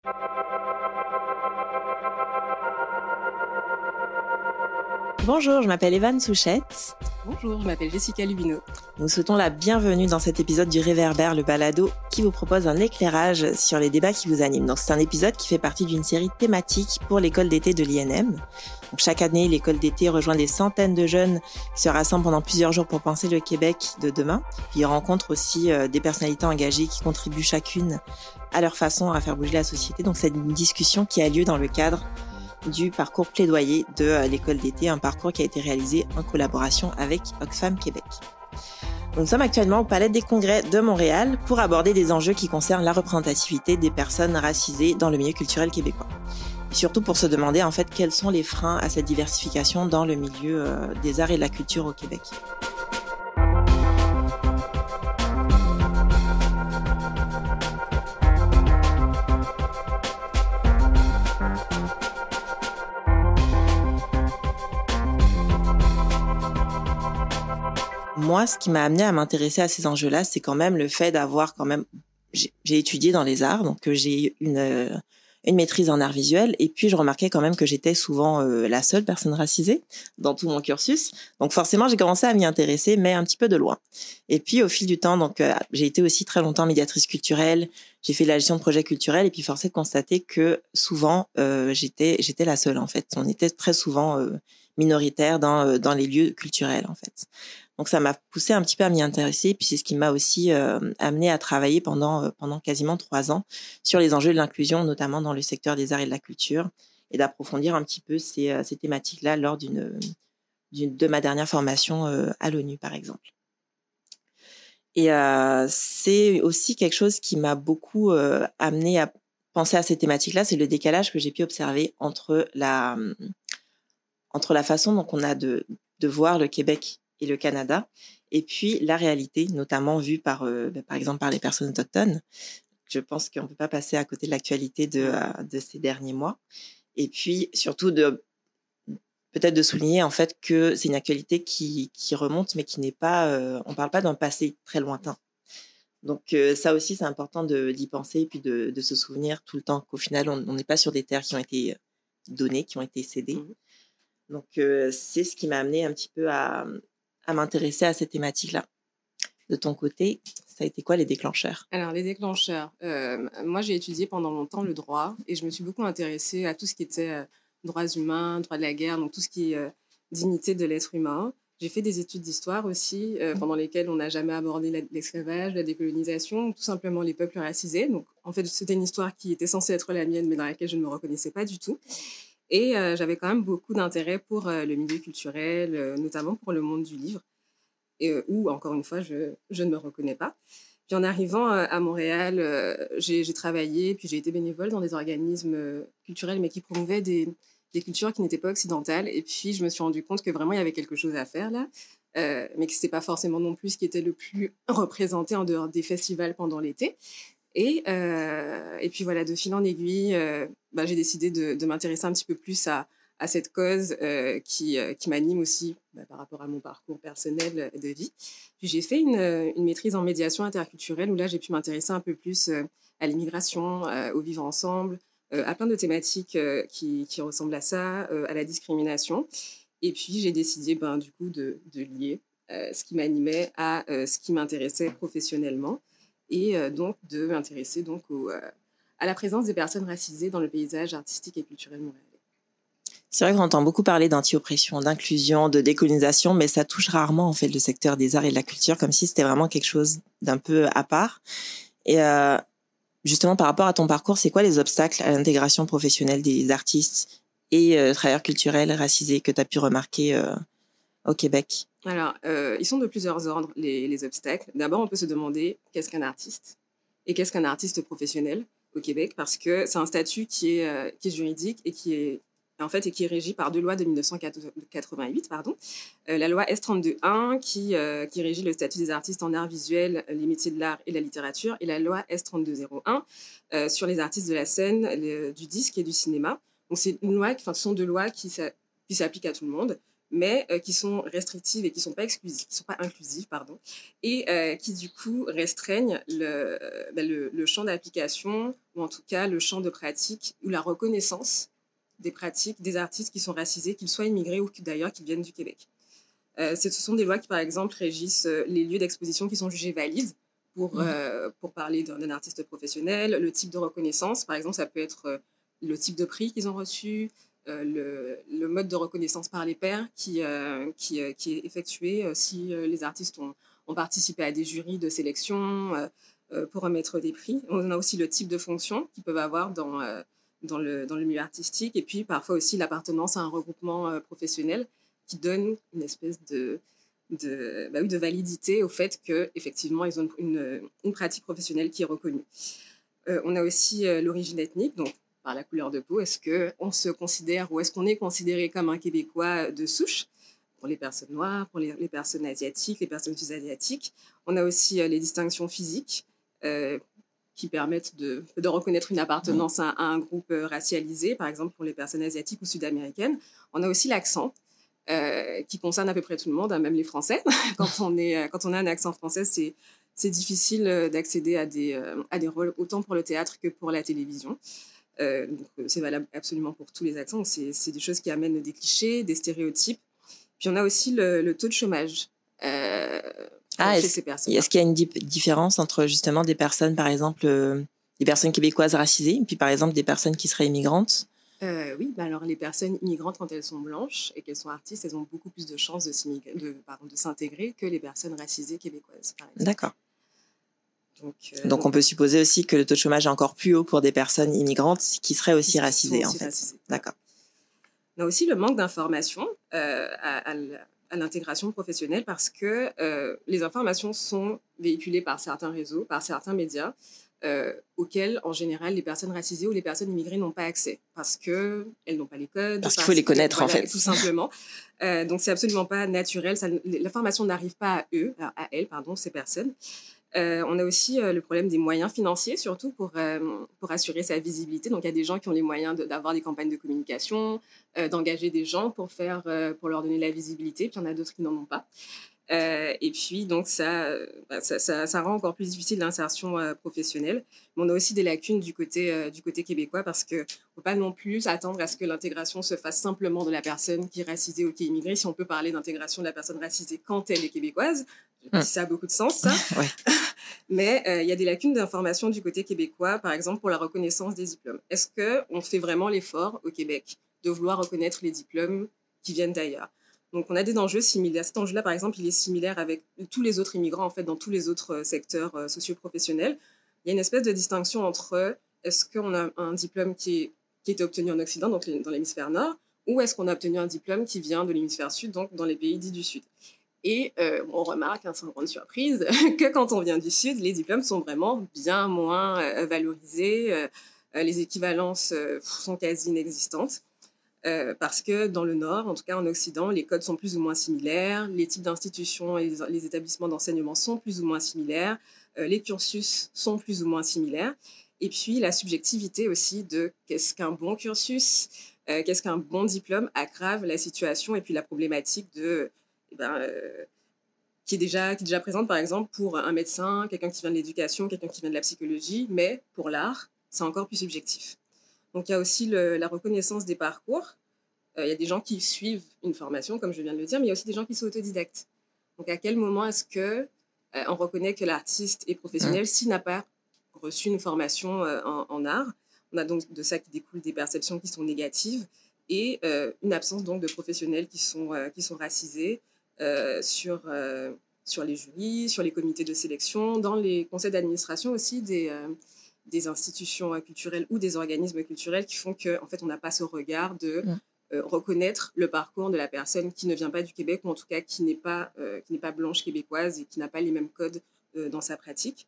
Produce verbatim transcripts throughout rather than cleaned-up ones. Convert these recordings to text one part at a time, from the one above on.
Bonjour, je m'appelle Evan Souchette. Bonjour, je m'appelle Jessica Lubino. Nous souhaitons la bienvenue dans cet épisode du Réverbère, le balado, qui vous propose un éclairage sur les débats qui vous animent. Donc, c'est un épisode qui fait partie d'une série thématique pour l'école d'été de l'I N M. Donc, chaque année, l'école d'été rejoint des centaines de jeunes qui se rassemblent pendant plusieurs jours pour penser le Québec de demain. Puis, ils rencontrent aussi euh, des personnalités engagées qui contribuent chacune à leur façon à faire bouger la société. Donc, c'est une discussion qui a lieu dans le cadre du parcours plaidoyer de l'école d'été, un parcours qui a été réalisé en collaboration avec Oxfam Québec. Nous sommes actuellement au Palais des Congrès de Montréal pour aborder des enjeux qui concernent la représentativité des personnes racisées dans le milieu culturel québécois. Et surtout pour se demander en fait quels sont les freins à cette diversification dans le milieu euh, des arts et de la culture au Québec. Moi, ce qui m'a amené à m'intéresser à ces enjeux-là, c'est quand même le fait d'avoir quand même... J'ai, j'ai étudié dans les arts, donc j'ai une, euh, une maîtrise en arts visuels, et puis je remarquais quand même que j'étais souvent euh, la seule personne racisée dans tout mon cursus. Donc forcément, j'ai commencé à m'y intéresser, mais un petit peu de loin. Et puis au fil du temps, donc euh, j'ai été aussi très longtemps médiatrice culturelle, j'ai fait de la gestion de projets culturels, et puis force est de constater que souvent, euh, j'étais, j'étais la seule en fait. On était très souvent euh, minoritaire dans, euh, dans les lieux culturels en fait. Donc ça m'a poussé un petit peu à m'y intéresser, puis c'est ce qui m'a aussi euh, amené à travailler pendant euh, pendant quasiment trois ans sur les enjeux de l'inclusion, notamment dans le secteur des arts et de la culture, et d'approfondir un petit peu ces, euh, ces thématiques-là lors d'une, d'une de ma dernière formation euh, à l'ONU, par exemple. Et euh, c'est aussi quelque chose qui m'a beaucoup euh, amené à penser à ces thématiques-là, c'est le décalage que j'ai pu observer entre la entre la façon dont on a de de voir le Québec et le Canada, et puis la réalité, notamment vue par, euh, par exemple par les personnes autochtones. Je pense qu'on ne peut pas passer à côté de l'actualité de, euh, de ces derniers mois. Et puis surtout de peut-être de souligner en fait que c'est une actualité qui, qui remonte, mais qui n'est pas, euh, on ne parle pas d'un passé très lointain. Donc euh, ça aussi, c'est important de, d'y penser, et puis de, de se souvenir tout le temps qu'au final, on n'est pas sur des terres qui ont été données, qui ont été cédées. Mmh. Donc euh, c'est ce qui m'a amené un petit peu à à m'intéresser à cette thématique-là. De ton côté, ça a été quoi les déclencheurs ? Alors, les déclencheurs, euh, moi j'ai étudié pendant longtemps le droit et je me suis beaucoup intéressée à tout ce qui était euh, droits humains, droits de la guerre, donc tout ce qui est euh, dignité de l'être humain. J'ai fait des études d'histoire aussi, euh, pendant lesquelles on n'a jamais abordé la, l'esclavage, la décolonisation, tout simplement les peuples racisés. Donc, en fait, c'était une histoire qui était censée être la mienne, mais dans laquelle je ne me reconnaissais pas du tout. Et euh, j'avais quand même beaucoup d'intérêt pour euh, le milieu culturel, euh, notamment pour le monde du livre, et, euh, où, encore une fois, je, je ne me reconnais pas. Puis en arrivant euh, à Montréal, euh, j'ai, j'ai travaillé, puis j'ai été bénévole dans des organismes euh, culturels, mais qui promouvaient des, des cultures qui n'étaient pas occidentales. Et puis je me suis rendu compte que vraiment, il y avait quelque chose à faire là, euh, mais que ce n'était pas forcément non plus ce qui était le plus représenté en dehors des festivals pendant l'été. Et, euh, et puis voilà, de fil en aiguille, euh, bah, j'ai décidé de, de m'intéresser un petit peu plus à, à cette cause euh, qui, euh, qui m'anime aussi bah, par rapport à mon parcours personnel de vie. Puis j'ai fait une, une maîtrise en médiation interculturelle où là, j'ai pu m'intéresser un peu plus euh, à l'immigration, euh, au vivre ensemble, euh, à plein de thématiques euh, qui, qui ressemblent à ça, euh, à la discrimination. Et puis j'ai décidé ben, du coup de, de lier euh, ce qui m'animait à euh, ce qui m'intéressait professionnellement. Et euh, donc de m'intéresser donc au, euh, à la présence des personnes racisées dans le paysage artistique et culturel montréalais. C'est vrai qu'on entend beaucoup parler d'anti-oppression, d'inclusion, de décolonisation, mais ça touche rarement en fait le secteur des arts et de la culture, comme si c'était vraiment quelque chose d'un peu à part. Et euh, justement, par rapport à ton parcours, c'est quoi les obstacles à l'intégration professionnelle des artistes et euh, travailleurs culturels racisés que tu as pu remarquer euh, au Québec ? Alors, euh, ils sont de plusieurs ordres, les, les obstacles. D'abord, on peut se demander qu'est-ce qu'un artiste et qu'est-ce qu'un artiste professionnel au Québec, parce que c'est un statut qui est, euh, qui est juridique et qui est, en fait, et qui est régi par deux lois de dix-neuf cent quatre-vingt-huit. Pardon. Euh, la loi S trente-deux un qui, euh, qui régit le statut des artistes en art visuel, les métiers de l'art et la littérature, et la loi S trente-deux zéro un euh, sur les artistes de la scène, le, du disque et du cinéma. Donc, c'est une loi, enfin, ce sont deux lois qui, qui s'appliquent à tout le monde. mais euh, qui sont restrictives et qui ne sont pas exclusives, qui sont pas inclusives, pardon, et euh, qui du coup restreignent le, euh, ben, le, le champ d'application, ou en tout cas le champ de pratique, ou la reconnaissance des pratiques des artistes qui sont racisés, qu'ils soient immigrés ou d'ailleurs qu'ils viennent du Québec. Euh, ce sont des lois qui, par exemple, régissent euh, les lieux d'exposition qui sont jugés valides pour, mmh. euh, pour parler d'un artiste professionnel, le type de reconnaissance. Par exemple, ça peut être euh, le type de prix qu'ils ont reçu, euh, le, le mode de reconnaissance par les pairs qui, euh, qui, euh, qui est effectué euh, si euh, les artistes ont, ont participé à des jurys de sélection euh, euh, pour remettre des prix. On a aussi le type de fonction qu'ils peuvent avoir dans, euh, dans, le, dans le milieu artistique, et puis parfois aussi l'appartenance à un regroupement euh, professionnel qui donne une espèce de, de, bah oui, de validité au fait qu'effectivement, ils ont une, une pratique professionnelle qui est reconnue. Euh, on a aussi euh, l'origine ethnique, donc par la couleur de peau. Est-ce qu'on se considère ou est-ce qu'on est considéré comme un Québécois de souche pour les personnes noires, pour les, les personnes asiatiques, les personnes sud-asiatiques. On a aussi euh, les distinctions physiques euh, qui permettent de, de reconnaître une appartenance à, à un groupe euh, racialisé, par exemple pour les personnes asiatiques ou sud-américaines. On a aussi l'accent. Euh, qui concerne à peu près tout le monde, hein, même les Français. quand, on est, quand on a un accent français, c'est, c'est difficile d'accéder à des, euh, à des rôles autant pour le théâtre que pour la télévision. Euh, donc, c'est valable absolument pour tous les accents. C'est, c'est des choses qui amènent des clichés, des stéréotypes. Puis on a aussi le, le taux de chômage euh, ah, chez est-ce, ces personnes. Est-ce qu'il y a une di- différence entre justement des personnes, par exemple, euh, des personnes québécoises racisées, et puis par exemple des personnes qui seraient immigrantes? Euh, oui, bah alors les personnes immigrantes, quand elles sont blanches et qu'elles sont artistes, elles ont beaucoup plus de chances de, de, pardon, de s'intégrer que les personnes racisées québécoises, par exemple. D'accord. Donc, euh, donc, donc, on peut supposer aussi que le taux de chômage est encore plus haut pour des personnes immigrantes qui seraient aussi qui racisées, aussi en fait. Racisées. D'accord. On a aussi le manque d'informations euh, à, à, à l'intégration professionnelle parce que euh, les informations sont véhiculées par certains réseaux, par certains médias, Euh, auxquelles, en général, les personnes racisées ou les personnes immigrées n'ont pas accès parce qu'elles n'ont pas les codes. Parce qu'il faut les connaître, que, voilà, en fait. Tout simplement. Euh, donc, c'est absolument pas naturel. Ça, l'information n'arrive pas à eux, à elles, pardon, ces personnes. Euh, on a aussi euh, le problème des moyens financiers, surtout pour, euh, pour assurer sa visibilité. Donc, il y a des gens qui ont les moyens de, d'avoir des campagnes de communication, euh, d'engager des gens pour, faire, euh, pour leur donner la visibilité, puis il y en a d'autres qui n'en ont pas. Euh, et puis, donc, ça, bah, ça, ça, ça rend encore plus difficile l'insertion euh, professionnelle. Mais on a aussi des lacunes du côté, euh, du côté québécois parce qu'il ne faut pas non plus attendre à ce que l'intégration se fasse simplement de la personne qui est racisée ou qui est immigrée. Si on peut parler d'intégration de la personne racisée quand elle est québécoise, je ne sais pas si ça a beaucoup de sens, ça. Ouais. Mais il euh, y a des lacunes d'information du côté québécois, par exemple pour la reconnaissance des diplômes. Est-ce qu'on fait vraiment l'effort au Québec de vouloir reconnaître les diplômes qui viennent d'ailleurs? Donc, on a des enjeux similaires. Cet enjeu-là, par exemple, il est similaire avec tous les autres immigrants, en fait, dans tous les autres secteurs euh, socio-professionnels. Il y a une espèce de distinction entre est-ce qu'on a un diplôme qui, est, qui est obtenu en Occident, donc dans l'hémisphère nord, ou est-ce qu'on a obtenu un diplôme qui vient de l'hémisphère sud, donc dans les pays dits du sud. Et euh, on remarque, hein, sans grande surprise, que quand on vient du sud, les diplômes sont vraiment bien moins euh, valorisés. Euh, les équivalences euh, sont quasi inexistantes. Euh, parce que dans le Nord, en tout cas en Occident, les codes sont plus ou moins similaires, les types d'institutions et les, les établissements d'enseignement sont plus ou moins similaires, euh, les cursus sont plus ou moins similaires, et puis la subjectivité aussi de qu'est-ce qu'un bon cursus, euh, qu'est-ce qu'un bon diplôme aggrave la situation et puis la problématique de, eh ben, euh, qui, est déjà, qui est déjà présente par exemple pour un médecin, quelqu'un qui vient de l'éducation, quelqu'un qui vient de la psychologie, mais pour l'art, c'est encore plus subjectif. Donc, il y a aussi le, la reconnaissance des parcours. Euh, il y a des gens qui suivent une formation, comme je viens de le dire, mais il y a aussi des gens qui sont autodidactes. Donc, à quel moment est-ce qu'on euh, reconnaît que l'artiste est professionnel mmh. s'il n'a pas reçu une formation euh, en, en art? On a donc de ça qui découle des perceptions qui sont négatives et euh, une absence donc de professionnels qui sont, euh, qui sont racisés euh, sur, euh, sur les jurys, sur les comités de sélection, dans les conseils d'administration aussi des... Euh, des institutions culturelles ou des organismes culturels qui font qu'en en fait, on n'a pas ce regard de mmh. euh, reconnaître le parcours de la personne qui ne vient pas du Québec ou en tout cas qui n'est pas, euh, qui n'est pas blanche québécoise et qui n'a pas les mêmes codes euh, dans sa pratique.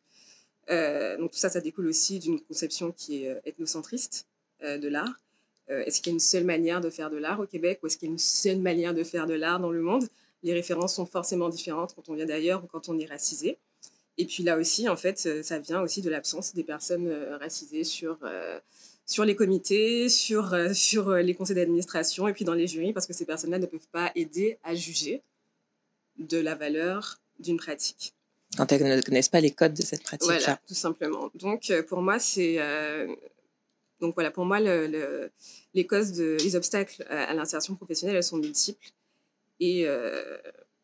Euh, donc tout ça, ça découle aussi d'une conception qui est euh, ethnocentriste euh, de l'art. Euh, est-ce qu'il y a une seule manière de faire de l'art au Québec ou est-ce qu'il y a une seule manière de faire de l'art dans le monde? Les références sont forcément différentes quand on vient d'ailleurs ou quand on est racisé. Et puis là aussi, en fait, ça vient aussi de l'absence des personnes euh, racisées sur, euh, sur les comités, sur, euh, sur euh, les conseils d'administration et puis dans les jurys, parce que ces personnes-là ne peuvent pas aider à juger de la valeur d'une pratique. Quand elles ne connaissent pas les codes de cette pratique-là. Voilà, tout simplement. Donc, euh, pour moi, c'est... Euh, donc, voilà, pour moi, le, le, les causes, de, les obstacles à, à l'insertion professionnelle, elles sont multiples. Et, euh,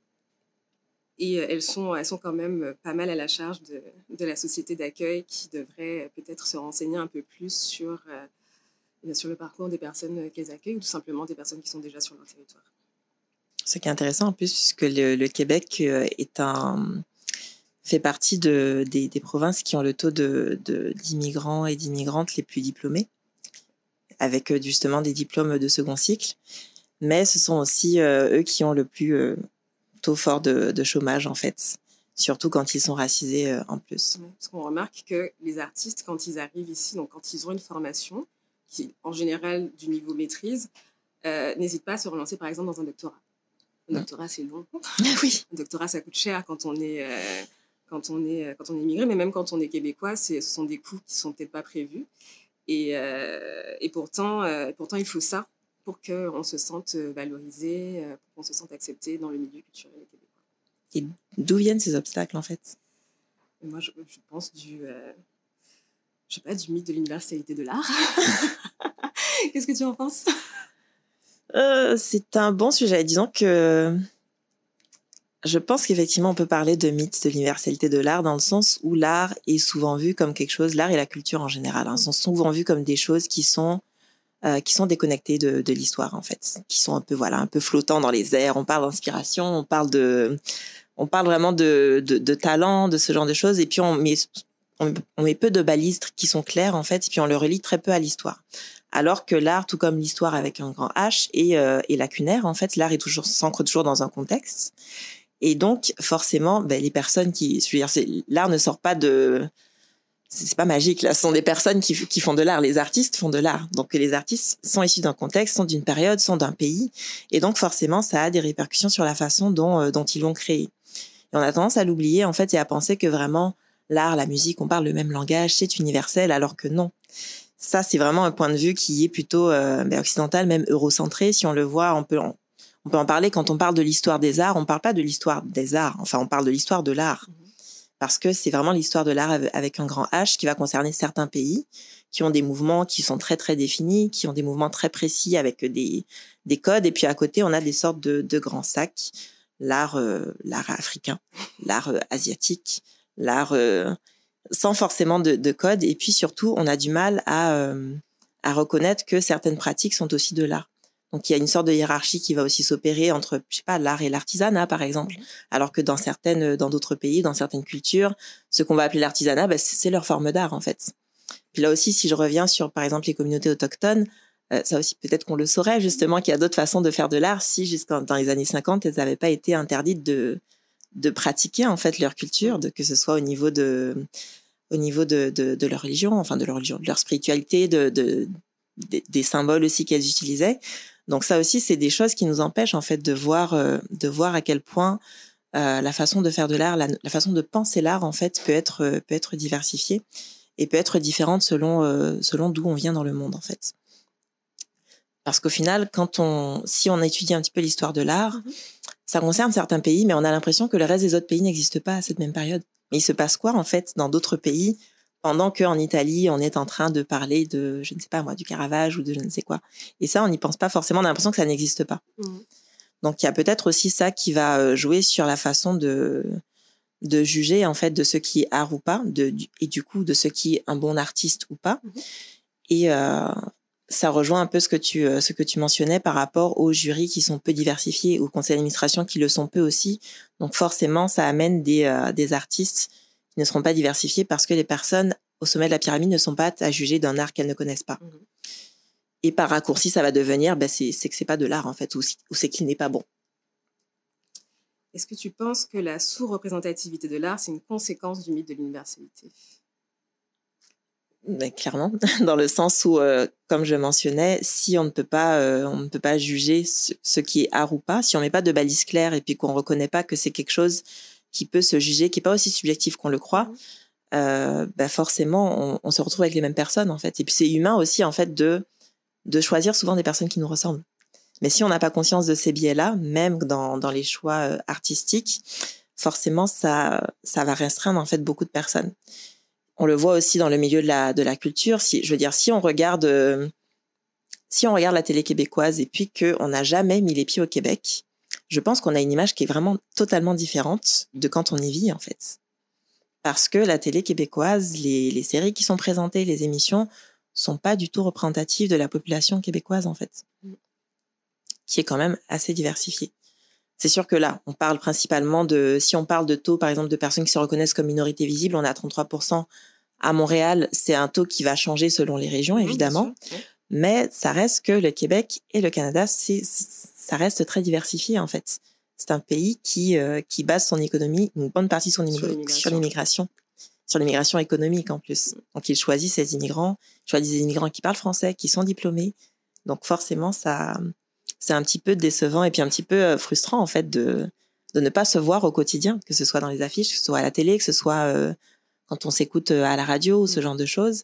et elles, sont, elles sont quand même pas mal à la charge de, de la société d'accueil qui devrait peut-être se renseigner un peu plus sur, euh, sur le parcours des personnes qu'elles accueillent ou tout simplement des personnes qui sont déjà sur leur territoire. Ce qui est intéressant en plus, puisque le, le Québec est un... fait partie de, des, des provinces qui ont le taux de, de, d'immigrants et d'immigrantes les plus diplômés, avec justement des diplômes de second cycle. Mais ce sont aussi euh, eux qui ont le plus euh, taux fort de, de chômage, en fait, surtout quand ils sont racisés euh, en plus. Oui, parce qu'on remarque que les artistes, quand ils arrivent ici, donc quand ils ont une formation, qui en général du niveau maîtrise, euh, n'hésitent pas à se relancer par exemple dans un doctorat. Un doctorat, c'est long. Oui. Un doctorat, ça coûte cher quand on est... Euh, Quand on, est, quand on est immigré, mais même quand on est québécois, c'est, ce sont des coûts qui ne sont peut-être pas prévus. Et, euh, et pourtant, euh, pourtant, il faut ça pour qu'on se sente valorisé, pour qu'on se sente accepté dans le milieu culturel québécois. Et d'où viennent ces obstacles, en fait? Et moi, je, je pense du, euh, je sais pas, du mythe de l'universalité de l'art. Qu'est-ce que tu en penses? euh, C'est un bon sujet. Disons que... Je pense qu'effectivement, on peut parler de mythe de l'universalité de l'art dans le sens où l'art est souvent vu comme quelque chose, l'art et la culture en général, hein, sont souvent vus comme des choses qui sont euh, qui sont déconnectées de, de l'histoire en fait, qui sont un peu voilà un peu flottants dans les airs. On parle d'inspiration, on parle de, on parle vraiment de de, de talent, de ce genre de choses, et puis on met on, on met peu de balises qui sont claires en fait, et puis on le relie très peu à l'histoire. Alors que l'art, tout comme l'histoire avec un grand H, est, euh, est lacunaire en fait. L'art est toujours s'ancre toujours dans un contexte. Et donc, forcément, ben, les personnes qui, je veux dire, c'est, l'art ne sort pas de, c'est pas magique, là. Ce sont des personnes qui, qui font de l'art. Les artistes font de l'art. Donc, les artistes sont issus d'un contexte, sont d'une période, sont d'un pays. Et donc, forcément, ça a des répercussions sur la façon dont, euh, dont ils vont créer. Et on a tendance à l'oublier, en fait, et à penser que vraiment, l'art, la musique, on parle le même langage, c'est universel, alors que non. Ça, c'est vraiment un point de vue qui est plutôt, euh, ben, occidental, même eurocentré. Si on le voit, on peut, On peut en parler quand on parle de l'histoire des arts. On ne parle pas de l'histoire des arts. Enfin, on parle de l'histoire de l'art. Parce que c'est vraiment l'histoire de l'art avec un grand H qui va concerner certains pays qui ont des mouvements qui sont très, très définis, qui ont des mouvements très précis avec des, des codes. Et puis, à côté, on a des sortes de, de grands sacs. L'art, euh, l'art africain, l'art euh, asiatique, l'art euh, sans forcément de, de code. Et puis, surtout, on a du mal à, euh, à reconnaître que certaines pratiques sont aussi de l'art. Donc, il y a une sorte de hiérarchie qui va aussi s'opérer entre, je sais pas, l'art et l'artisanat, par exemple. Alors que dans certaines, dans d'autres pays, dans certaines cultures, ce qu'on va appeler l'artisanat, bah, c'est leur forme d'art, en fait. Puis là aussi, si je reviens sur, par exemple, les communautés autochtones, euh, ça aussi, peut-être qu'on le saurait, justement, qu'il y a d'autres façons de faire de l'art si, jusqu'en, dans les années cinquante, elles n'avaient pas été interdites de, de pratiquer, en fait, leur culture, de, que ce soit au niveau de, au niveau de, de, de leur religion, enfin, de leur religion, de leur spiritualité, de, de, des, des symboles aussi qu'elles utilisaient. Donc ça aussi, c'est des choses qui nous empêchent en fait de voir, euh, de voir à quel point euh, la façon de faire de l'art, la, la façon de penser l'art en fait peut être euh, peut être diversifiée et peut être différente selon euh, selon d'où on vient dans le monde en fait. Parce qu'au final, quand on, si on étudie un petit peu l'histoire de l'art, mmh. ça concerne certains pays, mais on a l'impression que le reste des autres pays n'existe pas à cette même période. Mais il se passe quoi en fait dans d'autres pays? Pendant qu'en Italie, on est en train de parler de, je ne sais pas moi, du Caravage ou de je ne sais quoi. Et ça, on n'y pense pas forcément, on a l'impression que ça n'existe pas. Mmh. Donc, il y a peut-être aussi ça qui va jouer sur la façon de, de juger, en fait, de ce qui est art ou pas, de, et du coup, de ce qui est un bon artiste ou pas. Mmh. Et euh, ça rejoint un peu ce que, tu, ce que tu mentionnais par rapport aux jurys qui sont peu diversifiés, aux conseils d'administration qui le sont peu aussi. Donc, forcément, ça amène des, euh, des artistes ne seront pas diversifiés parce que les personnes au sommet de la pyramide ne sont pas à juger d'un art qu'elles ne connaissent pas. Mmh. Et par raccourci, ça va devenir, ben c'est, c'est que c'est pas de l'art en fait, ou, ou c'est qu'il n'est pas bon. Est-ce que tu penses que la sous-représentativité de l'art, c'est une conséquence du mythe de l'universalité? Ben, clairement, dans le sens où, euh, comme je mentionnais, si on ne peut pas, euh, on ne peut pas juger ce, ce qui est art ou pas, si on met pas de balises claires et puis qu'on reconnaît pas que c'est quelque chose qui peut se juger, qui est pas aussi subjectif qu'on le croit, mmh. euh, bah forcément, on, on se retrouve avec les mêmes personnes, en fait. Et puis, c'est humain aussi, en fait, de, de choisir souvent des personnes qui nous ressemblent. Mais si on n'a pas conscience de ces biais-là, même dans, dans les choix euh, artistiques, forcément, ça, ça va restreindre, en fait, beaucoup de personnes. On le voit aussi dans le milieu de la, de la culture. Si, je veux dire, si on regarde, euh, si on regarde la télé québécoise et puis qu'on n'a jamais mis les pieds au Québec, je pense qu'on a une image qui est vraiment totalement différente de quand on y vit, en fait. Parce que la télé québécoise, les, les séries qui sont présentées, les émissions, sont pas du tout représentatives de la population québécoise, en fait, qui est quand même assez diversifiée. C'est sûr que là, on parle principalement de, si on parle de taux, par exemple, de personnes qui se reconnaissent comme minorité visible, on est à trente-trois pour cent à Montréal. C'est un taux qui va changer selon les régions, évidemment. Mmh, mais ça reste que le Québec et le Canada, c'est, ça reste très diversifié, en fait. C'est un pays qui, euh, qui base son économie, une bonne partie de son immigration, sur l'immigration, sur l'immigration économique en plus. Donc, il choisit ses immigrants, il choisit des immigrants qui parlent français, qui sont diplômés. Donc, forcément, ça, c'est un petit peu décevant et puis un petit peu frustrant, en fait, de, de ne pas se voir au quotidien, que ce soit dans les affiches, que ce soit à la télé, que ce soit euh, quand on s'écoute à la radio ou ce genre de choses.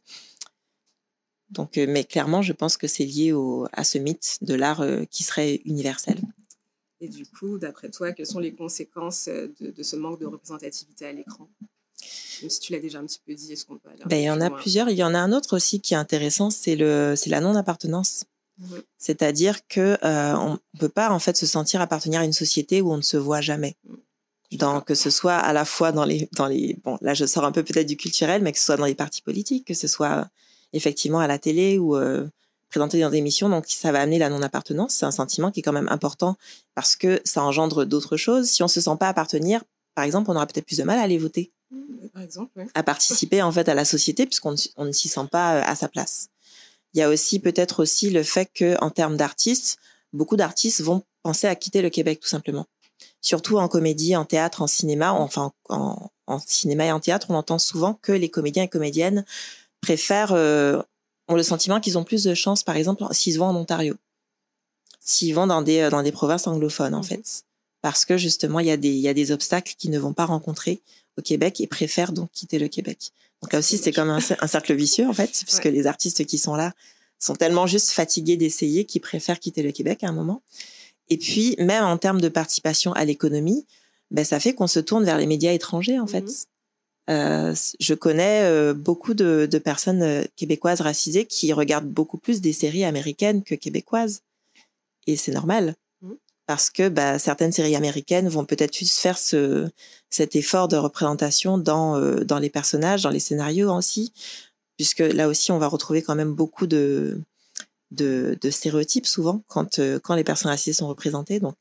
Donc, euh, mais clairement, je pense que c'est lié au, à ce mythe de l'art euh, qui serait universel. Et du coup, d'après toi, quelles sont les conséquences de, de ce manque de représentativité à l'écran? Même si tu l'as déjà un petit peu dit, est-ce qu'on peut aller un ben, il y en a loin? plusieurs. Il y en a un autre aussi qui est intéressant, c'est, le, c'est la non-appartenance. Mmh. C'est-à-dire que euh, on peut pas en fait se sentir appartenir à une société où on ne se voit jamais. Mmh. Dans, que ce soit à la fois dans les, dans les... Bon, là, je sors un peu peut-être du culturel, mais que ce soit dans les partis politiques, que ce soit effectivement à la télé ou... Euh, présenté dans des émissions, donc ça va amener la non-appartenance. C'est un sentiment qui est quand même important parce que ça engendre d'autres choses. Si on se sent pas appartenir, par exemple, on aura peut-être plus de mal à aller voter, mmh, par exemple, oui. À participer en fait à la société puisqu'on on ne s'y sent pas à sa place. Il y a aussi peut-être aussi le fait que, en termes d'artistes, beaucoup d'artistes vont penser à quitter le Québec tout simplement. Surtout en comédie, en théâtre, en cinéma, enfin en, en cinéma et en théâtre, on entend souvent que les comédiens et comédiennes préfèrent euh, ont le sentiment qu'ils ont plus de chance, par exemple, s'ils vont en Ontario, s'ils vont dans des, dans des provinces anglophones, en mmh. fait. Parce que, justement, il y a des, il y a des obstacles qu'ils ne vont pas rencontrer au Québec et préfèrent donc quitter le Québec. Donc là aussi, c'est comme un, un cercle vicieux, en fait, puisque ouais. les artistes qui sont là sont tellement juste fatigués d'essayer qu'ils préfèrent quitter le Québec à un moment. Et puis, même en termes de participation à l'économie, ben, ça fait qu'on se tourne vers les médias étrangers, en mmh. fait. Euh, je connais euh, beaucoup de, de personnes euh, québécoises racisées qui regardent beaucoup plus des séries américaines que québécoises. Et c'est normal. Mmh. Parce que bah, certaines séries américaines vont peut-être juste faire ce, cet effort de représentation dans, euh, dans les personnages, dans les scénarios aussi. Puisque là aussi, on va retrouver quand même beaucoup de, de, de stéréotypes souvent quand, euh, quand les personnes racisées sont représentées. Donc,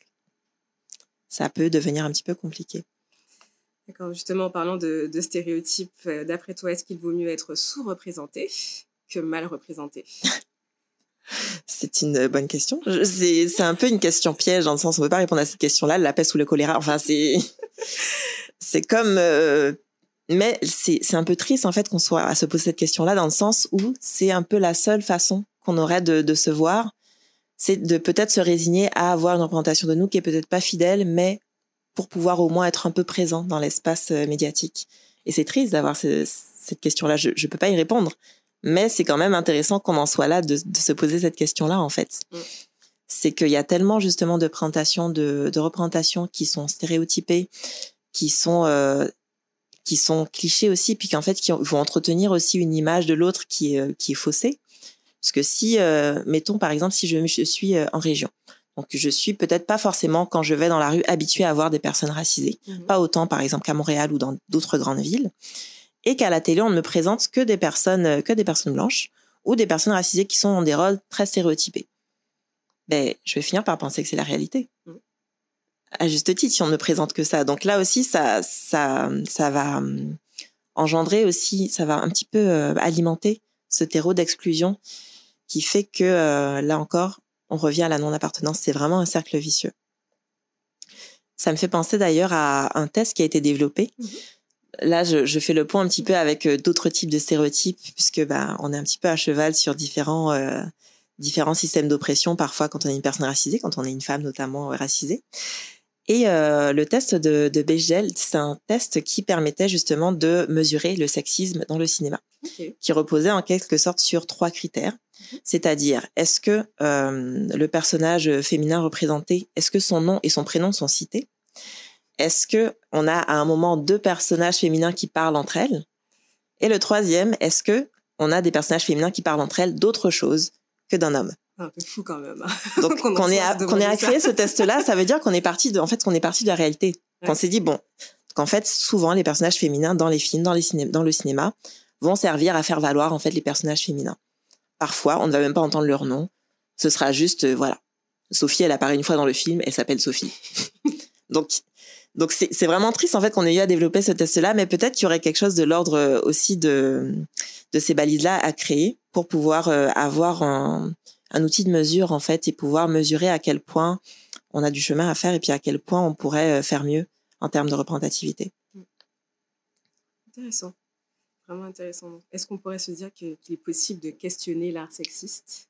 ça peut devenir un petit peu compliqué. D'accord, justement, en parlant de, de stéréotypes, euh, d'après toi, est-ce qu'il vaut mieux être sous-représenté que mal représenté? C'est une bonne question. C'est, c'est un peu une question piège, dans le sens où on ne peut pas répondre à cette question-là, la peste ou le choléra. Enfin, c'est, c'est comme... Euh, mais c'est, c'est un peu triste, en fait, qu'on soit à se poser cette question-là, dans le sens où c'est un peu la seule façon qu'on aurait de, de se voir, c'est de peut-être se résigner à avoir une représentation de nous qui est peut-être pas fidèle, mais pour pouvoir au moins être un peu présent dans l'espace médiatique. Et c'est triste d'avoir ce, cette question-là. Je ne peux pas y répondre, mais c'est quand même intéressant qu'on en soit là, de, de se poser cette question-là, en fait. Mm. C'est qu'il y a tellement, justement, de présentations, de, de représentations qui sont stéréotypées, qui sont, euh, qui sont clichés aussi, puis qu'en fait, qui vont entretenir aussi une image de l'autre qui est, qui est faussée. Parce que si, euh, mettons, par exemple, si je, je suis en région, donc, je suis peut-être pas forcément, quand je vais dans la rue, habituée à voir des personnes racisées. Mmh. Pas autant, par exemple, qu'à Montréal ou dans d'autres grandes villes. Et qu'à la télé, on ne me présente que des personnes, que des personnes blanches ou des personnes racisées qui sont dans des rôles très stéréotypés. Ben, je vais finir par penser que c'est la réalité. Mmh. À juste titre, si on ne me présente que ça. Donc là aussi, ça, ça, ça va engendrer aussi, ça va un petit peu euh, alimenter ce terreau d'exclusion qui fait que, euh, là encore, on revient à la non-appartenance, c'est vraiment un cercle vicieux. Ça me fait penser d'ailleurs à un test qui a été développé. Mmh. Là, je, je fais le point un petit peu avec d'autres types de stéréotypes, puisque bah, on est un petit peu à cheval sur différents, euh, différents systèmes d'oppression, parfois quand on est une personne racisée, quand on est une femme notamment racisée. Et euh, le test de, de Bechdel, c'est un test qui permettait justement de mesurer le sexisme dans le cinéma, okay. qui reposait en quelque sorte sur trois critères, mmh. c'est-à-dire est-ce que euh, le personnage féminin représenté, est-ce que son nom et son prénom sont cités? Est-ce que on a à un moment deux personnages féminins qui parlent entre elles? Et le troisième, est-ce que on a des personnages féminins qui parlent entre elles d'autre chose que d'un homme? Un peu fou quand même. Donc qu'on, qu'on ait à, qu'on ait à créer ce test-là, ça veut dire qu'on est parti de, en fait, qu'on est parti de la réalité. Ouais. Qu'on s'est dit bon, qu'en fait, souvent les personnages féminins dans les films, dans les ciné- dans le cinéma, vont servir à faire valoir en fait les personnages féminins. Parfois, on ne va même pas entendre leur nom. Ce sera juste, euh, voilà, Sophie, elle apparaît une fois dans le film, elle s'appelle Sophie. donc, donc c'est, c'est vraiment triste en fait qu'on ait eu à développer ce test-là, mais peut-être qu'il y aurait quelque chose de l'ordre aussi de de ces balises-là à créer pour pouvoir euh, avoir un un outil de mesure en fait et pouvoir mesurer à quel point on a du chemin à faire et puis à quel point on pourrait faire mieux en termes de représentativité. Intéressant, vraiment intéressant. Est-ce qu'on pourrait se dire que, qu'il est possible de questionner l'art sexiste?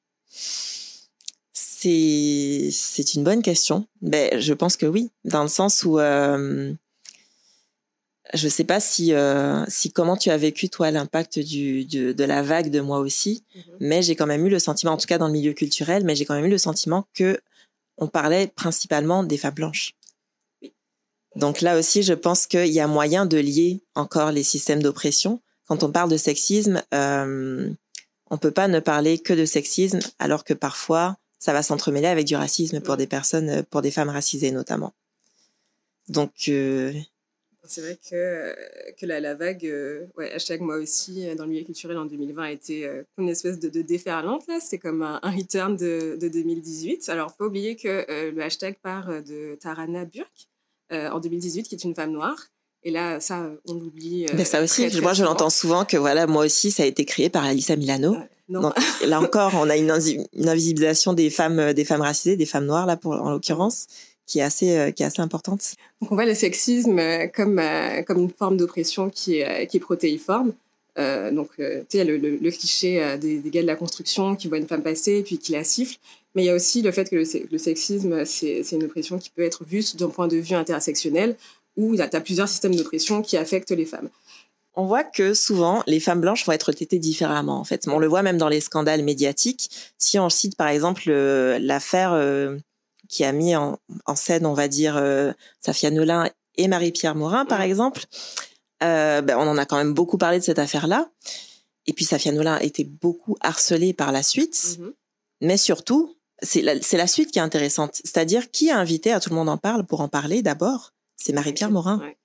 C'est, c'est une bonne question. Ben, je pense que oui, dans le sens où euh, je sais pas si, euh, si comment tu as vécu toi l'impact du, du de la vague de Moi aussi, mm-hmm. mais j'ai quand même eu le sentiment, en tout cas dans le milieu culturel, mais j'ai quand même eu le sentiment que on parlait principalement des femmes blanches. Oui. Donc là aussi, je pense qu'il y a moyen de lier encore les systèmes d'oppression. Quand on parle de sexisme, euh, on peut pas ne parler que de sexisme, alors que parfois ça va s'entremêler avec du racisme pour des personnes, pour des femmes racisées notamment. Donc euh, c'est vrai que, que la, la vague, euh, ouais, hashtag Moi aussi, dans le milieu culturel en deux mille vingt, a été euh, une espèce de, de déferlante. Là. C'est comme un, un return de, de deux mille dix-huit. Alors, il ne faut pas oublier que euh, le hashtag part de Tarana Burke euh, en deux mille dix-huit, qui est une femme noire. Et là, ça, on l'oublie. Euh, Mais ça aussi, très, très moi, souvent. je l'entends souvent que voilà, Moi aussi, ça a été créé par Alyssa Milano. Euh, non. Donc, là encore, on a une, une invisibilisation des femmes, des femmes racisées, des femmes noires, là, pour, en l'occurrence. Qui est assez euh, qui est assez importante. Donc on voit le sexisme euh, comme euh, comme une forme d'oppression qui est euh, qui est protéiforme. Euh, donc euh, tu sais le, le, le cliché euh, des, des gars de la construction qui voient une femme passer et puis qui la sifflent. Mais il y a aussi le fait que le, le sexisme c'est c'est une oppression qui peut être vue d'un point de vue intersectionnel où tu as plusieurs systèmes d'oppression qui affectent les femmes. On voit que souvent, les femmes blanches vont être traitées différemment, en fait. On le voit même dans les scandales médiatiques. Si on cite, par exemple, euh, l'affaire euh, qui a mis en, en scène, on va dire, euh, Safia Nolin et Marie-Pierre Morin, par exemple, euh, ben, on en a quand même beaucoup parlé de cette affaire-là. Et puis, Safia Nolin a été beaucoup harcelée par la suite. Mm-hmm. Mais surtout, c'est la, c'est la suite qui est intéressante. C'est-à-dire, qui a invité à Tout le monde en parle pour en parler d'abord? C'est Marie-Pierre Morin. Ouais.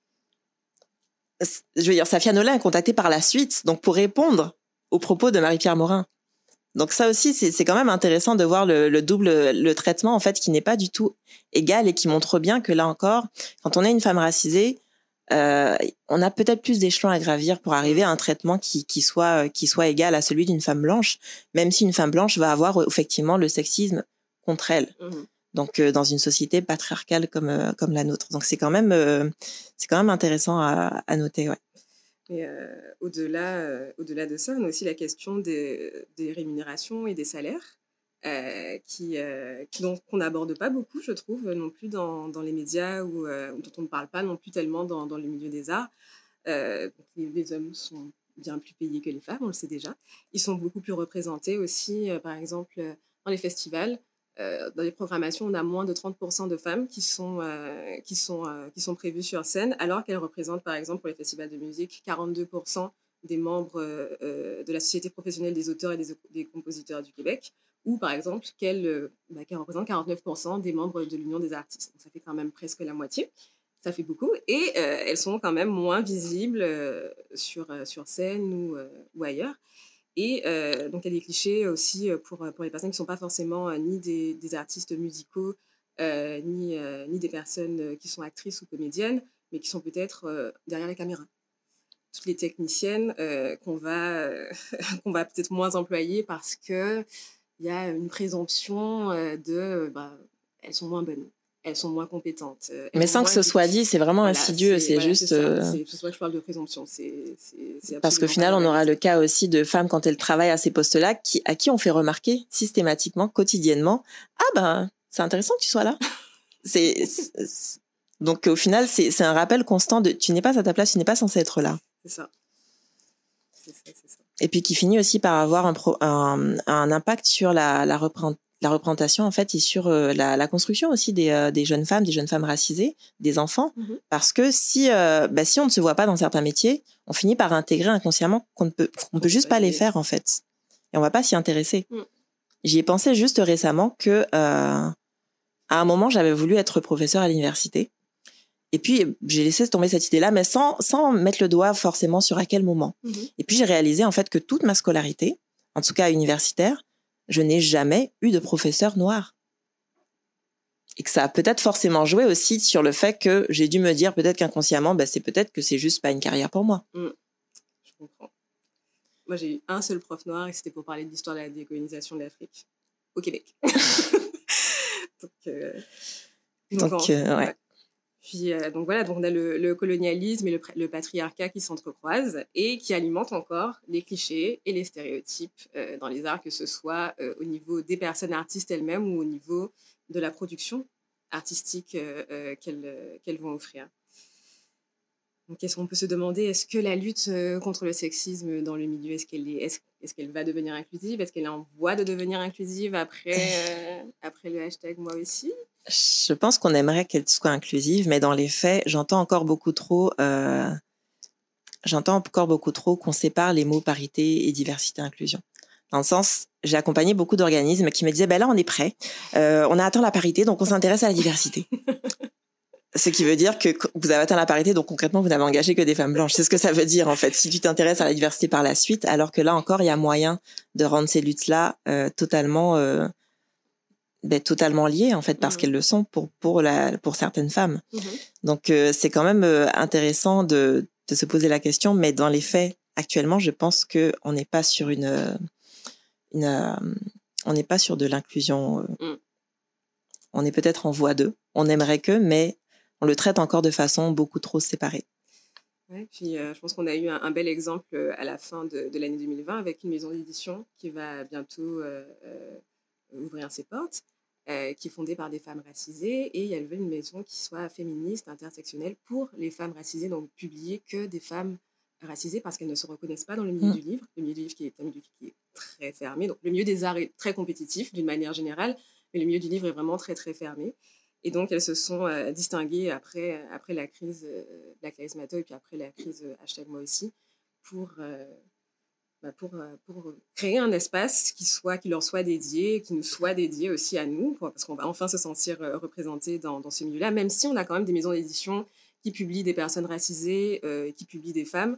Je veux dire, Safia Nolin est contactée par la suite, donc pour répondre aux propos de Marie-Pierre Morin. Donc ça aussi, c'est, c'est quand même intéressant de voir le, le double, le traitement en fait qui n'est pas du tout égal et qui montre bien que là encore, quand on est une femme racisée, euh, on a peut-être plus d'échelons à gravir pour arriver à un traitement qui, qui soit, qui soit égal à celui d'une femme blanche, même si une femme blanche va avoir effectivement le sexisme contre elle. Mmh. Donc euh, dans une société patriarcale comme euh, comme la nôtre. Donc c'est quand même euh, c'est quand même intéressant à, à noter, ouais. Et euh, au-delà euh, au-delà de ça, on a aussi la question des, des rémunérations et des salaires euh, qui euh, dont qu'on n'aborde pas beaucoup, je trouve, non plus dans dans les médias ou euh, dont on ne parle pas non plus tellement dans dans le milieu des arts. Euh, les, les hommes sont bien plus payés que les femmes, on le sait déjà. Ils sont beaucoup plus représentés aussi, euh, par exemple dans les festivals. Euh, dans les programmations, on a moins de trente pour cent de femmes qui sont, euh, qui, sont, euh, qui sont prévues sur scène, alors qu'elles représentent, par exemple, pour les festivals de musique, quarante-deux pour cent des membres euh, de la Société professionnelle des auteurs et des, des compositeurs du Québec, ou, par exemple, qu'elles, euh, bah, qu'elles représentent quarante-neuf pour cent des membres de l'Union des artistes. Donc, ça fait quand même presque la moitié. Ça fait beaucoup. Et euh, elles sont quand même moins visibles euh, sur, euh, sur scène ou, euh, ou ailleurs. Et euh, donc, il y a des clichés aussi pour, pour les personnes qui ne sont pas forcément euh, ni des, des artistes musicaux, euh, ni, euh, ni des personnes qui sont actrices ou comédiennes, mais qui sont peut-être euh, derrière la caméra. Toutes les techniciennes euh, qu'on va, euh, qu'on va peut-être moins employer parce qu'il y a une présomption euh, de... Bah, elles sont moins bonnes. Elles sont moins compétentes. Mais sans que ce soit dit, c'est vraiment voilà, insidieux. C'est, c'est voilà, juste. C'est, ça. c'est, c'est pour ça que je parle de présomption. C'est, c'est, c'est Parce qu'au final, on aura le cas aussi de femmes quand elles travaillent à ces postes-là, qui, à qui on fait remarquer systématiquement, quotidiennement, ah ben, c'est intéressant que tu sois là. c'est, c'est, Donc, au final, c'est, c'est un rappel constant de tu n'es pas à ta place, tu n'es pas censé être là. C'est ça. C'est ça, c'est ça. Et puis qui finit aussi par avoir un, pro, un, un impact sur la, la, repré- la représentation en fait et sur euh, la, la construction aussi des, euh, des jeunes femmes, des jeunes femmes racisées, des enfants. Mm-hmm. Parce que si, euh, bah, si on ne se voit pas dans certains métiers, on finit par intégrer inconsciemment qu'on ne peut, qu'on peut juste pas les faire en fait. Et on va pas s'y intéresser. Mm. J'y ai pensé juste récemment que euh, à un moment, j'avais voulu être professeure à l'université. Et puis, j'ai laissé tomber cette idée-là, mais sans, sans mettre le doigt forcément sur à quel moment. Mmh. Et puis, j'ai réalisé en fait que toute ma scolarité, en tout cas universitaire, je n'ai jamais eu de professeur noir. Et que ça a peut-être forcément joué aussi sur le fait que j'ai dû me dire peut-être qu'inconsciemment, bah, c'est peut-être que c'est juste pas une carrière pour moi. Mmh. Je comprends. Moi, j'ai eu un seul prof noir et c'était pour parler de l'histoire de la décolonisation de l'Afrique au Québec. donc, euh... donc, donc euh, ouais. ouais. Puis, euh, donc voilà, donc on a le, le colonialisme et le, le patriarcat qui s'entrecroisent et qui alimentent encore les clichés et les stéréotypes euh, dans les arts, que ce soit euh, au niveau des personnes artistes elles-mêmes ou au niveau de la production artistique euh, euh, qu'elles, euh, qu'elles vont offrir. Donc, est-ce qu'on peut se demander, est-ce que la lutte euh, contre le sexisme dans le milieu, est-ce qu'elle, est, est-ce, est-ce qu'elle va devenir inclusive? Est-ce qu'elle est en voie de devenir inclusive après, euh, après le hashtag moi aussi? Je pense qu'on aimerait qu'elle soit inclusive, mais dans les faits, j'entends encore beaucoup trop, euh, j'entends encore beaucoup trop qu'on sépare les mots parité et diversité inclusion. Dans le sens, j'ai accompagné beaucoup d'organismes qui me disaient, ben là, on est prêt, euh, on a atteint la parité, donc on s'intéresse à la diversité. Ce qui veut dire que vous avez atteint la parité, donc concrètement, vous n'avez engagé que des femmes blanches. C'est ce que ça veut dire, en fait. Si tu t'intéresses à la diversité par la suite, alors que là encore, il y a moyen de rendre ces luttes-là euh, totalement, euh, ben, totalement liées, en fait, parce mmh. qu'elles le sont pour pour la pour certaines femmes. Mmh. Donc euh, c'est quand même euh, intéressant de de se poser la question, mais dans les faits, actuellement, je pense que on n'est pas sur une une euh, on n'est pas sur de l'inclusion. Euh, mmh. On est peut-être en voie de. On aimerait que, mais on le traite encore de façon beaucoup trop séparée. Ouais, puis euh, je pense qu'on a eu un, un bel exemple à la fin de, de l'année deux mille vingt avec une maison d'édition qui va bientôt euh, euh, ouvrir ses portes, euh, qui est fondée par des femmes racisées, et elle veut une maison qui soit féministe, intersectionnelle pour les femmes racisées, donc publier que des femmes racisées parce qu'elles ne se reconnaissent pas dans le milieu mmh. du livre, le milieu du livre qui est un milieu qui est très fermé, donc le milieu des arts est très compétitif d'une manière générale, mais le milieu du livre est vraiment très très fermé. Et donc, elles se sont euh, distinguées après, après la crise euh, Black Lives Matter et puis après la crise euh, hashtag moi aussi pour, euh, bah pour, euh, pour créer un espace qui, soit, qui leur soit dédié, qui nous soit dédié aussi à nous, pour, parce qu'on va enfin se sentir euh, représentés dans, dans ce milieu-là, même si on a quand même des maisons d'édition qui publient des personnes racisées, euh, qui publient des femmes.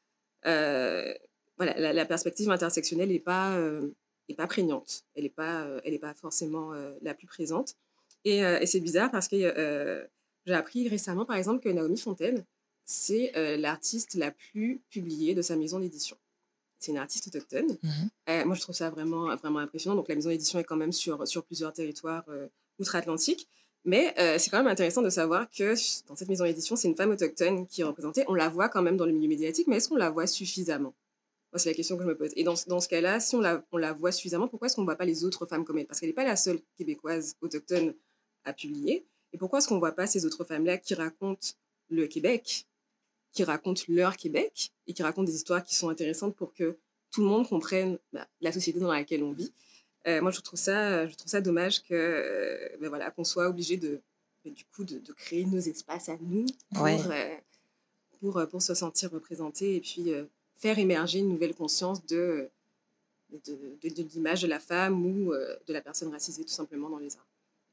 Euh, voilà, la, la perspective intersectionnelle n'est pas, euh, est pas prégnante, elle n'est pas, euh, elle est pas forcément euh, la plus présente. Et, euh, et c'est bizarre parce que euh, j'ai appris récemment, par exemple, que Naomi Fontaine, c'est euh, l'artiste la plus publiée de sa maison d'édition. C'est une artiste autochtone. Mmh. Euh, moi, je trouve ça vraiment, vraiment impressionnant. Donc, la maison d'édition est quand même sur, sur plusieurs territoires euh, outre-Atlantique. Mais euh, c'est quand même intéressant de savoir que dans cette maison d'édition, c'est une femme autochtone qui est représentée. On la voit quand même dans le milieu médiatique, mais est-ce qu'on la voit suffisamment? Moi, c'est la question que je me pose. Et dans, dans ce cas-là, si on la, on la voit suffisamment, pourquoi est-ce qu'on ne voit pas les autres femmes comme elle? Parce qu'elle n'est pas la seule québécoise autochtone à publier. Et pourquoi est-ce qu'on ne voit pas ces autres femmes-là qui racontent le Québec, qui racontent leur Québec et qui racontent des histoires qui sont intéressantes pour que tout le monde comprenne bah, la société dans laquelle on vit? euh, Moi, je trouve ça, je trouve ça dommage que, euh, ben voilà, qu'on soit obligé de, du coup, de, de créer nos espaces à nous pour, ouais. euh, pour, pour se sentir représentés et puis euh, faire émerger une nouvelle conscience de, de, de, de l'image de la femme ou euh, de la personne racisée, tout simplement, dans les arts.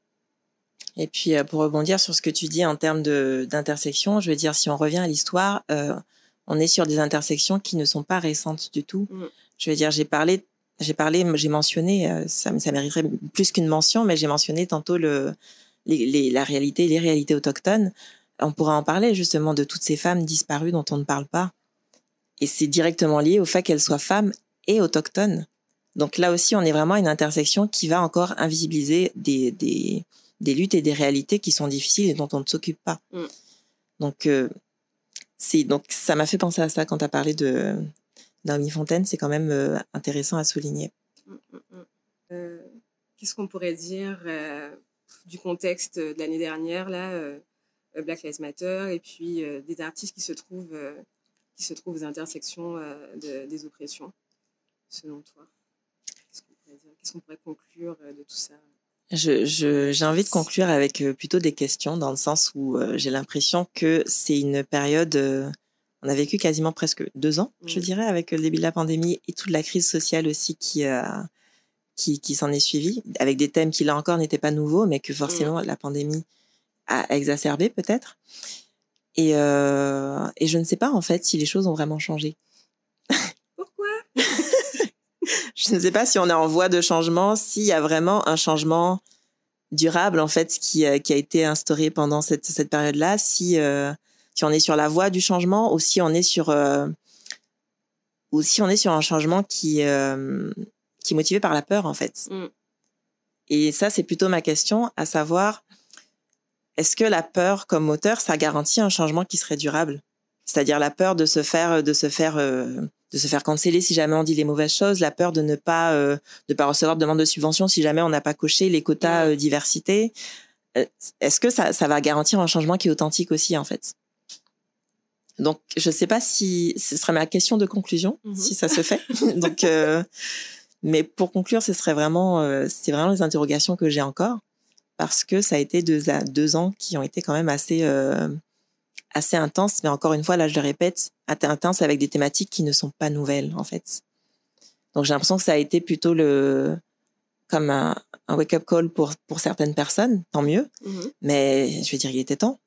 Et puis, pour rebondir sur ce que tu dis en termes de, d'intersection, je veux dire, si on revient à l'histoire, euh, on est sur des intersections qui ne sont pas récentes du tout. Mmh. Je veux dire, j'ai parlé, j'ai parlé, j'ai mentionné, euh, ça, ça mériterait plus qu'une mention, mais j'ai mentionné tantôt le, les, les, la réalité, les réalités autochtones. On pourra en parler justement de toutes ces femmes disparues dont on ne parle pas. Et c'est directement lié au fait qu'elles soient femmes et autochtones. Donc là aussi, on est vraiment à une intersection qui va encore invisibiliser des, des, des luttes et des réalités qui sont difficiles et dont on ne s'occupe pas. Mm. Donc, euh, c'est, donc, ça m'a fait penser à ça quand tu as parlé de Naomi Fontaine. C'est quand même euh, intéressant à souligner. Mm, mm, mm. Euh, qu'est-ce qu'on pourrait dire euh, du contexte de l'année dernière là, euh, euh, Black Lives Matter, et puis euh, des artistes qui se trouvent, euh, qui se trouvent aux intersections euh, de, des oppressions, selon toi? Qu'est-ce qu'on pourrait dire? Qu'est-ce qu'on pourrait conclure euh, de tout ça? Je, je, j'ai envie de conclure avec euh, plutôt des questions, dans le sens où euh, j'ai l'impression que c'est une période... Euh, on a vécu quasiment presque deux ans, mmh. je dirais, avec le début de la pandémie et toute la crise sociale aussi qui, euh, qui, qui s'en est suivie, avec des thèmes qui, là encore, n'étaient pas nouveaux, mais que forcément, mmh. la pandémie a exacerbé, peut-être. Et, euh, et je ne sais pas, en fait, si les choses ont vraiment changé. Pourquoi? Je ne sais pas si on est en voie de changement, s'il y a vraiment un changement durable, en fait, qui, euh, qui a été instauré pendant cette, cette période-là, si... Euh, si on est sur la voie du changement ou si on est sur euh, ou si on est sur un changement qui euh, qui est motivé par la peur, en fait. Mm. Et ça, c'est plutôt ma question, à savoir, est-ce que la peur comme moteur, ça garantit un changement qui serait durable? C'est-à-dire la peur de se faire de se faire euh, de se faire canceller si jamais on dit les mauvaises choses, la peur de ne pas euh, de pas recevoir de demande de subvention si jamais on n'a pas coché les quotas euh, diversité. Euh, est-ce que ça ça va garantir un changement qui est authentique aussi, en fait? Donc, je ne sais pas si ce serait ma question de conclusion, mmh. si ça se fait. Donc, euh, mais pour conclure, ce serait vraiment, euh, c'est vraiment les interrogations que j'ai encore, parce que ça a été deux, deux ans qui ont été quand même assez, euh, assez intenses. Mais encore une fois, là, je le répète, intenses avec des thématiques qui ne sont pas nouvelles, en fait. Donc, j'ai l'impression que ça a été plutôt le, comme un, un wake-up call pour pour certaines personnes, tant mieux. Mmh. Mais je veux dire, il était temps.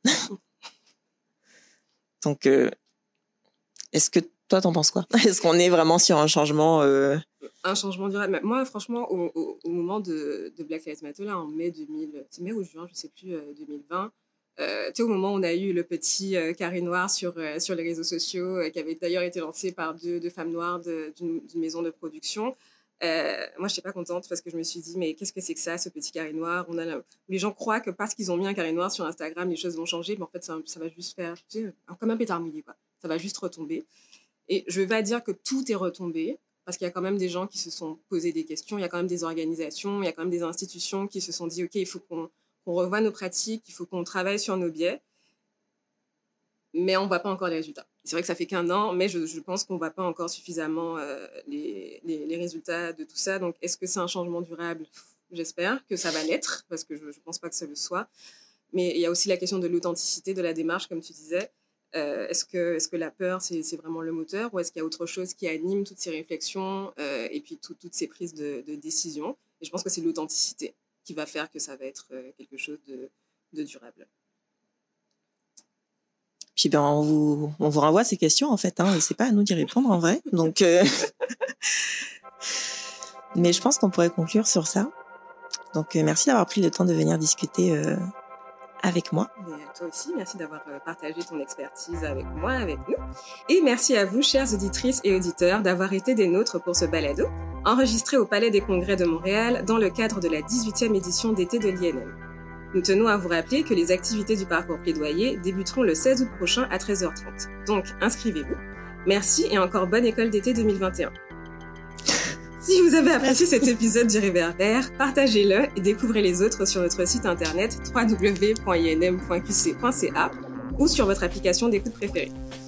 Donc, euh, est-ce que toi, t'en penses quoi? Est-ce qu'on est vraiment sur un changement euh... Un changement durable. Moi, franchement, au, au, au moment de, de Black Lives Matter, là, en mai deux mille, c'est mai ou juin, je sais plus, euh, deux mille vingt, euh, tu sais, au moment où on a eu le petit euh, carré noir sur, euh, sur les réseaux sociaux, euh, qui avait d'ailleurs été lancé par deux, deux femmes noires de, d'une, d'une maison de production. Euh, moi, je n'étais pas contente parce que je me suis dit, mais qu'est-ce que c'est que ça, ce petit carré noir? On a la... Les gens croient que parce qu'ils ont mis un carré noir sur Instagram, les choses vont changer, mais en fait, ça, ça va juste faire, tu sais, comme un pétard mouillé, quoi. Ça va juste retomber. Et je ne vais pas dire que tout est retombé, parce qu'il y a quand même des gens qui se sont posés des questions, il y a quand même des organisations, il y a quand même des institutions qui se sont dit, OK, il faut qu'on, qu'on revoie nos pratiques, il faut qu'on travaille sur nos biais, mais on ne voit pas encore les résultats. C'est vrai que ça fait qu'un an, mais je, je pense qu'on ne voit pas encore suffisamment euh, les, les, les résultats de tout ça. Donc, est-ce que c'est un changement durable? J'espère que ça va l'être, parce que je ne pense pas que ça le soit. Mais il y a aussi la question de l'authenticité de la démarche, comme tu disais. Euh, est-ce que, est-ce que la peur, c'est, c'est vraiment le moteur, ou est-ce qu'il y a autre chose qui anime toutes ces réflexions euh, et puis tout, toutes ces prises de, de décision? Et je pense que c'est l'authenticité qui va faire que ça va être euh, quelque chose de, de durable. Puis ben, on vous, on vous renvoie ces questions, en fait. Hein. C'est pas à nous d'y répondre, en vrai. Donc, euh... Mais je pense qu'on pourrait conclure sur ça. Donc, euh, merci d'avoir pris le temps de venir discuter euh, avec moi. Et à toi aussi, merci d'avoir partagé ton expertise avec moi, avec nous. Et merci à vous, chères auditrices et auditeurs, d'avoir été des nôtres pour ce balado, enregistré au Palais des Congrès de Montréal dans le cadre de la dix-huitième édition d'été de l'I N M. Nous tenons à vous rappeler que les activités du parcours plaidoyer débuteront le seize août prochain à treize heures trente. Donc, inscrivez-vous. Merci et encore bonne école d'été deux mille vingt et un. Si vous avez apprécié cet épisode du Réverbère, partagez-le et découvrez les autres sur notre site internet w w w point i n m point q c point c a ou sur votre application d'écoute préférée.